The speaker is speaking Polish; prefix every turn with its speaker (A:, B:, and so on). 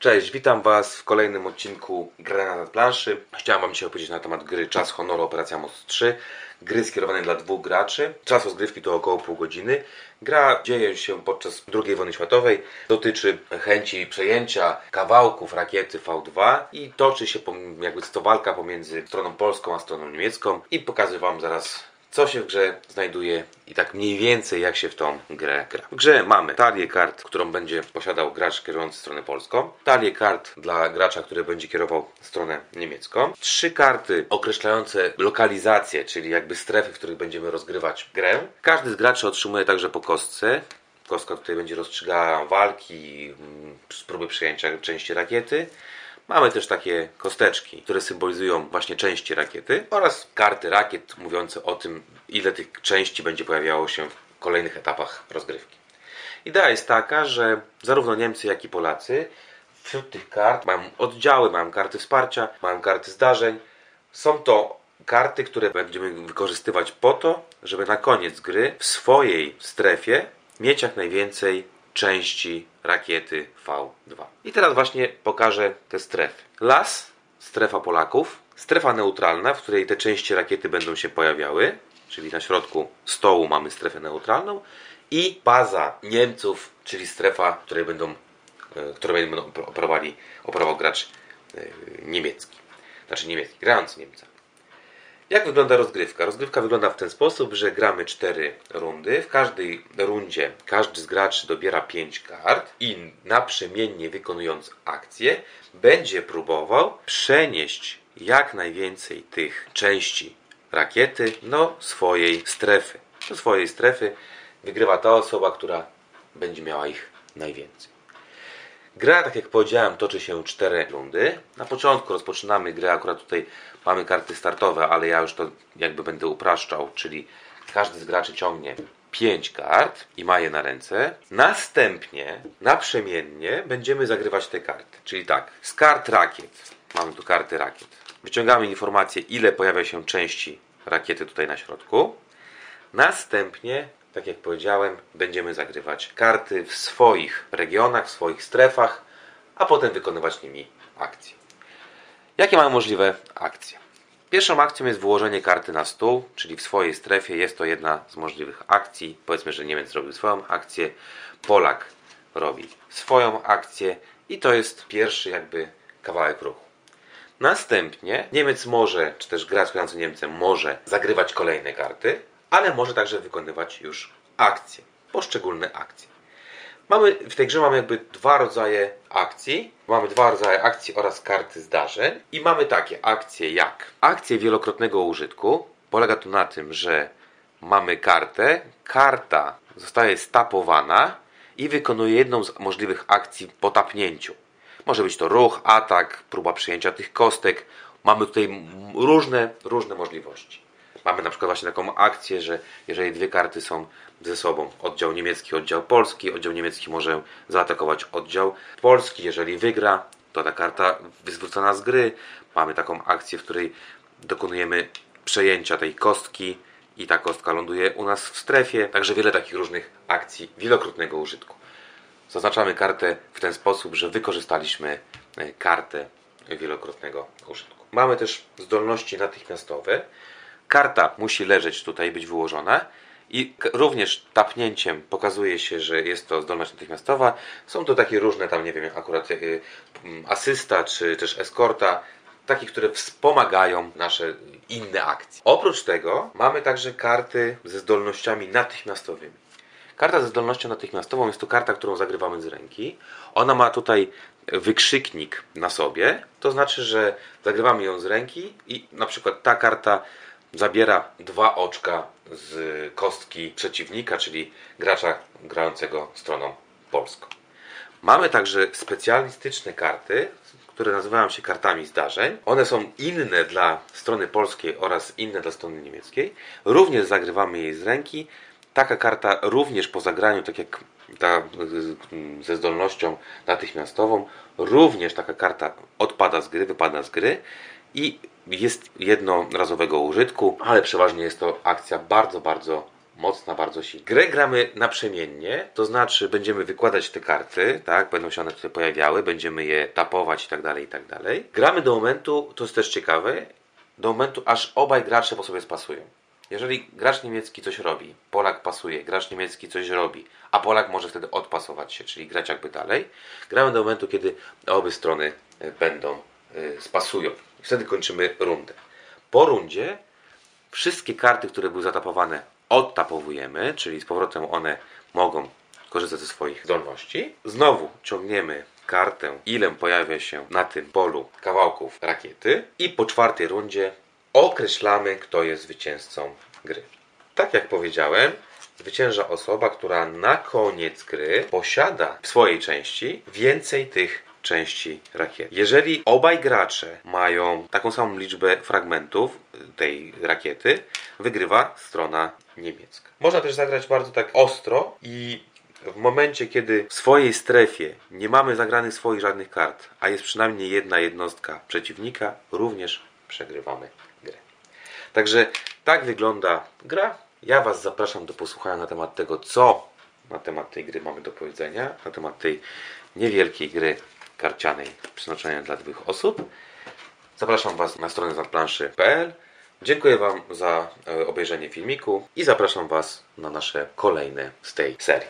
A: Cześć, witam Was w kolejnym odcinku Grania na planszy. Chciałem Wam dzisiaj opowiedzieć na temat gry Czas Honoru Operacja Most 3. Gry skierowanej dla 2 graczy. Czas rozgrywki to około pół godziny. Gra dzieje się podczas II wojny światowej. Dotyczy chęci przejęcia kawałków rakiety V2 i toczy się to walka pomiędzy stroną polską a stroną niemiecką. I pokażę Wam zaraz, co się w grze znajduje i tak mniej więcej jak się w tą grę gra. W grze mamy talię kart, którą będzie posiadał gracz kierujący stronę polską. Talię kart dla gracza, który będzie kierował stronę niemiecką. 3 karty określające lokalizację, czyli jakby strefy, w których będziemy rozgrywać grę. Każdy z graczy otrzymuje także po kostce. Kostka tutaj będzie rozstrzygała walki, próby przejęcia części rakiety. Mamy też takie kosteczki, które symbolizują właśnie części rakiety oraz karty rakiet mówiące o tym, ile tych części będzie pojawiało się w kolejnych etapach rozgrywki. Idea jest taka, że zarówno Niemcy, jak i Polacy wśród tych kart mają oddziały, mają karty wsparcia, mają karty zdarzeń. Są to karty, które będziemy wykorzystywać po to, żeby na koniec gry w swojej strefie mieć jak najwięcej części rakiety V2. I teraz właśnie pokażę te strefy. Las, strefa Polaków, strefa neutralna, w której te części rakiety będą się pojawiały, czyli na środku stołu mamy strefę neutralną, i baza Niemców, czyli strefa, której będą operował gracz niemiecki. Znaczy niemiecki, grający Niemcami. Jak wygląda rozgrywka? Rozgrywka wygląda w ten sposób, że gramy 4 rundy. W każdej rundzie każdy z graczy dobiera 5 kart i naprzemiennie wykonując akcję będzie próbował przenieść jak najwięcej tych części rakiety do swojej strefy. Do swojej strefy wygrywa ta osoba, która będzie miała ich najwięcej. Gra, tak jak powiedziałem, toczy się 4 rundy. Na początku rozpoczynamy grę, akurat tutaj mamy karty startowe, ale ja już to jakby będę upraszczał, czyli każdy z graczy ciągnie 5 kart i ma je na ręce. Następnie, naprzemiennie będziemy zagrywać te karty. Czyli tak, z kart rakiet, mamy tu karty rakiet. Wyciągamy informację, ile pojawia się części rakiety tutaj na środku. Następnie, tak jak powiedziałem, będziemy zagrywać karty w swoich regionach, w swoich strefach, a potem wykonywać nimi akcje. Jakie mamy możliwe akcje? Pierwszą akcją jest wyłożenie karty na stół, czyli w swojej strefie jest to jedna z możliwych akcji. Powiedzmy, że Niemiec robi swoją akcję, Polak robi swoją akcję i to jest pierwszy jakby kawałek ruchu. Następnie Niemiec może, czy też gracz grający Niemcem może zagrywać kolejne karty, ale może także wykonywać już akcje, poszczególne akcje. W tej grze mamy jakby 2 rodzaje akcji. Mamy 2 rodzaje akcji oraz karty zdarzeń. I mamy takie akcje jak akcje wielokrotnego użytku. Polega to na tym, że mamy kartę. Karta zostaje stapowana i wykonuje jedną z możliwych akcji po tapnięciu. Może być to ruch, atak, próba przyjęcia tych kostek. Mamy tutaj różne możliwości. Mamy na przykład właśnie taką akcję, że jeżeli 2 karty są ze sobą, oddział niemiecki, oddział polski, oddział niemiecki może zaatakować oddział polski. Jeżeli wygra, to ta karta jest zwrócona z gry. Mamy taką akcję, w której dokonujemy przejęcia tej kostki i ta kostka ląduje u nas w strefie. Także wiele takich różnych akcji wielokrotnego użytku. Zaznaczamy kartę w ten sposób, że wykorzystaliśmy kartę wielokrotnego użytku. Mamy też zdolności natychmiastowe. Karta musi leżeć tutaj, być wyłożona i również tapnięciem pokazuje się, że jest to zdolność natychmiastowa. Są to takie różne, tam nie wiem, akurat asysta czy też eskorta, takie, które wspomagają nasze inne akcje. Oprócz tego mamy także karty ze zdolnościami natychmiastowymi. Karta ze zdolnością natychmiastową jest to karta, którą zagrywamy z ręki. Ona ma tutaj wykrzyknik na sobie, to znaczy, że zagrywamy ją z ręki i na przykład ta karta zabiera 2 oczka z kostki przeciwnika, czyli gracza grającego stroną polską. Mamy także specjalistyczne karty, które nazywają się kartami zdarzeń. One są inne dla strony polskiej oraz inne dla strony niemieckiej. Również zagrywamy jej z ręki. Taka karta również po zagraniu, tak jak ta ze zdolnością natychmiastową, również taka karta odpada z gry, wypada z gry i jest jednorazowego użytku, ale przeważnie jest to akcja bardzo mocna, bardzo silna. Grę gramy naprzemiennie, to znaczy będziemy wykładać te karty, tak, będą się one tutaj pojawiały, będziemy je tapować i tak dalej, i tak dalej. Gramy do momentu, to jest też ciekawe, do momentu, aż obaj gracze po sobie spasują. Jeżeli gracz niemiecki coś robi, Polak pasuje, gracz niemiecki coś robi, a Polak może wtedy odpasować się, czyli grać jakby dalej, gramy do momentu, kiedy obie strony będą spasują. Wtedy kończymy rundę. Po rundzie wszystkie karty, które były zatapowane, odtapowujemy, czyli z powrotem one mogą korzystać ze swoich zdolności. Znowu ciągniemy kartę, ile pojawia się na tym polu kawałków rakiety i po czwartej rundzie określamy, kto jest zwycięzcą gry. Tak jak powiedziałem, zwycięża osoba, która na koniec gry posiada w swojej części więcej tych części rakiety. Jeżeli obaj gracze mają taką samą liczbę fragmentów tej rakiety, wygrywa strona niemiecka. Można też zagrać bardzo tak ostro i w momencie, kiedy w swojej strefie nie mamy zagranych swoich żadnych kart, a jest przynajmniej jedna jednostka przeciwnika, również przegrywamy grę. Także tak wygląda gra. Ja Was zapraszam do posłuchania na temat tego, co na temat tej gry mamy do powiedzenia, na temat tej niewielkiej gry karcianej przeznaczonej dla 2 osób. Zapraszam Was na stronę zaplanszy.pl. Dziękuję Wam za obejrzenie filmiku i zapraszam Was na nasze kolejne z tej serii.